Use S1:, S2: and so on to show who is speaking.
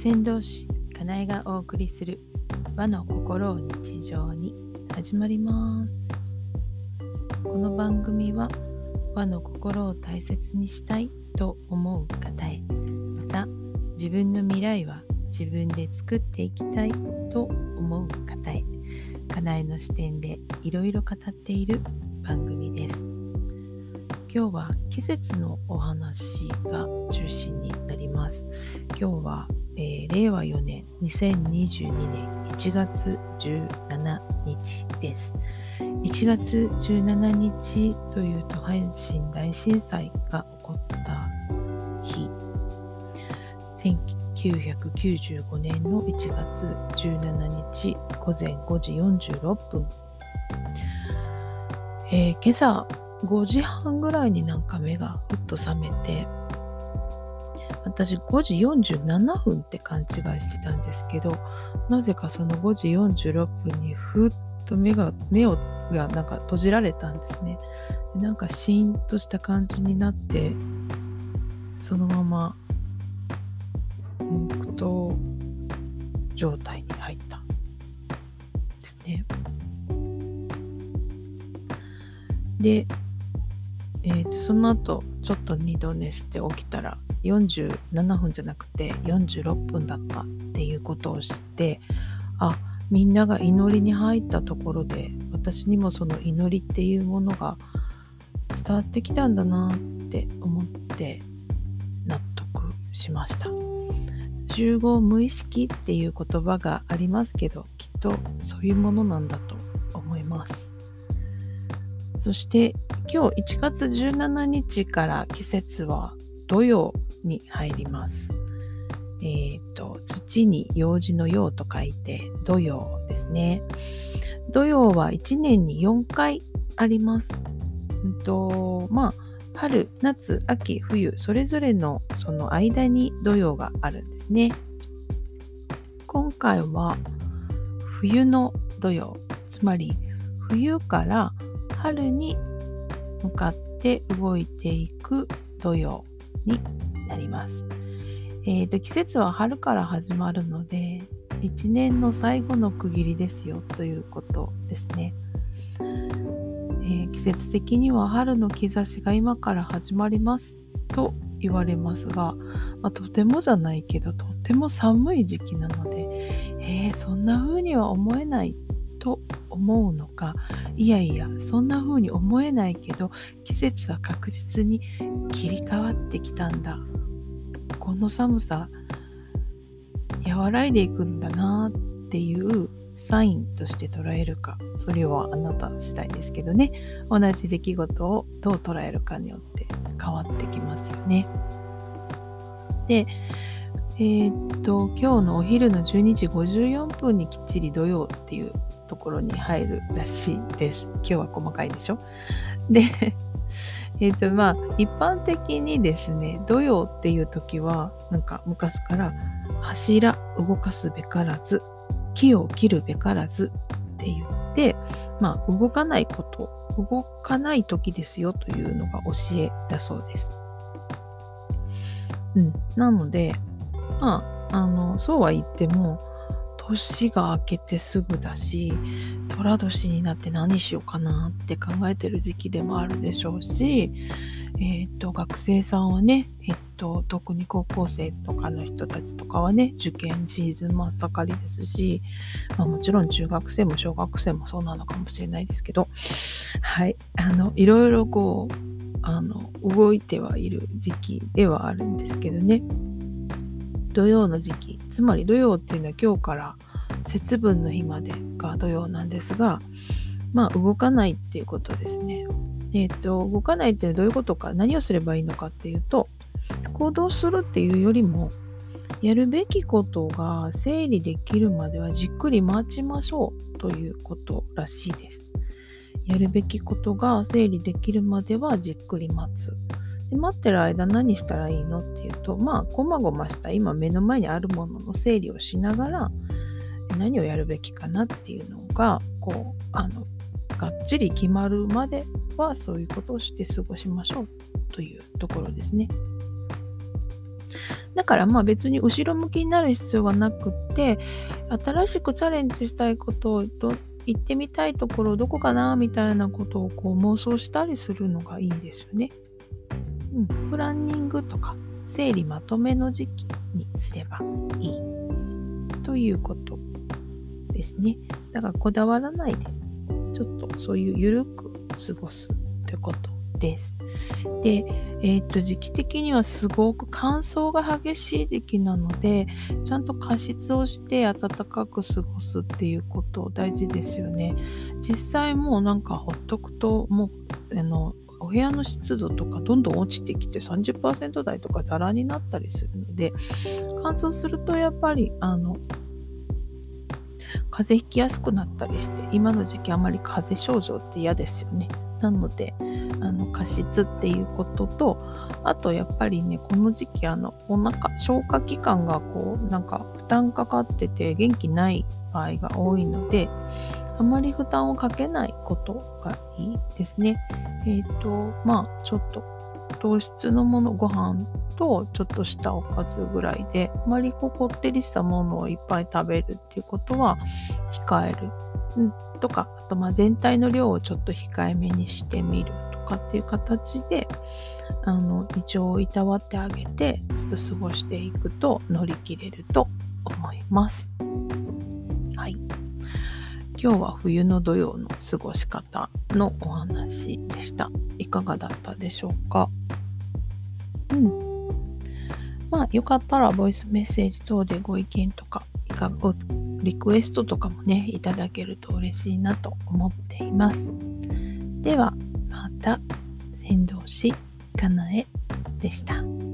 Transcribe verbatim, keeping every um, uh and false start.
S1: 仙道市かなえがお送りする和の心を日常に始まります。この番組は和の心を大切にしたいと思う方へ、また自分の未来は自分で作っていきたいと思う方へ、かなえの視点でいろいろ語っている番組です。今日は季節のお話が中心になります。今日は、えー、れいわよねんにせんにじゅうにねんいちがつじゅうしちにちです。いちがつじゅうしちにちというと阪神大震災が起こった日、せんきゅうひゃくきゅうじゅうごねんのいちがつじゅうしちにちごぜんごじよんじゅうろっぷん、えー、今朝ごじはんぐらいになんか目がふっと覚めて、私ごじよんじゅうななふんって勘違いしてたんですけど、なぜかそのごじよんじゅうろっぷんにふっと目が目をがなんか閉じられたんですね。なんかシーンとした感じになって、そのまま黙祷状態に入ったんですね。で、えー、とその後ちょっと二度寝して起きたらよんじゅうななふんじゃなくてよんじゅうろっぷんだったっていうことを知って、あ、みんなが祈りに入ったところで私にもその祈りっていうものが伝わってきたんだなって思って納得しました。集合無意識っていう言葉がありますけど、きっとそういうものなんだと思います。そして今日いちがつじゅうしちにちから季節は土曜に入ります。えっと、土に用事の用と書いて土曜ですね。土曜はいちねんによんかいあります。うんと、まあ、春、夏、秋、冬、それぞれのその間に土曜があるんですね。今回は冬の土曜、つまり冬から春に向かって動いていく土曜になります。えーと、季節は春から始まるので、いちねんの最後の区切りですよということですね。えー、季節的には春の兆しが今から始まりますと言われますが、まあ、とてもじゃないけどとても寒い時期なので、えー、そんな風には思えないと思うのか、いやいやそんな風に思えないけど季節は確実に切り替わってきたんだ、この寒さ和らいでいくんだなっていうサインとして捉えるか、それはあなた次第ですけどね、同じ出来事をどう捉えるかによって変わってきますよね。で、えー、っと今日のお昼のじゅうにじごじゅうよんぷんにきっちり土曜っていうところに入るらしいです。今日は細かいでしょ。でえっとまあ一般的にですね、土曜っていう時はなんか昔から柱動かすべからず、木を切るべからずって言って、まあ動かないこと、動かない時ですよというのが教えだそうです。うん、なので、まああのそうは言っても年が明けてすぐだし、寅年になって何しようかなって考えてる時期でもあるでしょうし、えっと学生さんはね、えっと特に高校生とかの人たちとかはね、受験シーズン真っ盛りですし、まあ、もちろん中学生も小学生もそうなのかもしれないですけど、はい、あのいろいろこうあの動いてはいる時期ではあるんですけどね。土曜の時期、つまり土曜っていうのは今日から節分の日までが土曜なんですが、まあ動かないっていうことですね。えっと動かないってどういうことか、何をすればいいのかっていうと、行動するっていうよりもやるべきことが整理できるまではじっくり待ちましょうということらしいです。やるべきことが整理できるまではじっくり待つ。で待ってる間何したらいいのっていうと、まあこまごました今目の前にあるものの整理をしながら何をやるべきかなっていうのがこうあのがっちり決まるまではそういうことをして過ごしましょうというところですね。 だからまあ別に後ろ向きになる必要はなくって、新しくチャレンジしたいことをど行ってみたいところどこかなみたいなことをこう妄想したりするのがいいですよね。うん、プランニングとか整理まとめの時期にすればいいということですね。だからこだわらないでちょっとそういうゆるく過ごすということです。で、えー、と時期的にはすごく乾燥が激しい時期なので、ちゃんと加湿をして暖かく過ごすっていうこと大事ですよね。実際もうなんかほっとくともうあのお部屋の湿度とかどんどん落ちてきて さんじゅっパーセント 台とかザラになったりするので、乾燥するとやっぱりあの風邪ひきやすくなったりして、今の時期あまり風邪症状って嫌ですよね。なのであの加湿っていうことと、あとやっぱりね、この時期あのお腹消化器官がこうなんか負担かかってて元気ない場合が多いので、あまり負担をかけないことがいいですね。えっ、とまあちょっと糖質のもの、ご飯とちょっとしたおかずぐらいで、あまりこうこってりしたものをいっぱい食べるっていうことは控える、うん、とか、あとまあ全体の量をちょっと控えめにしてみるとかっていう形で、あの胃腸をいたわってあげてちょっと過ごしていくと乗り切れると思います。はい。今日は冬の土曜の過ごし方のお話でした。いかがだったでしょうか。うん。まあよかったらボイスメッセージ等でご意見とか、いかごリクエストとかもね、いただけると嬉しいなと思っています。ではまた、先導師かなえでした。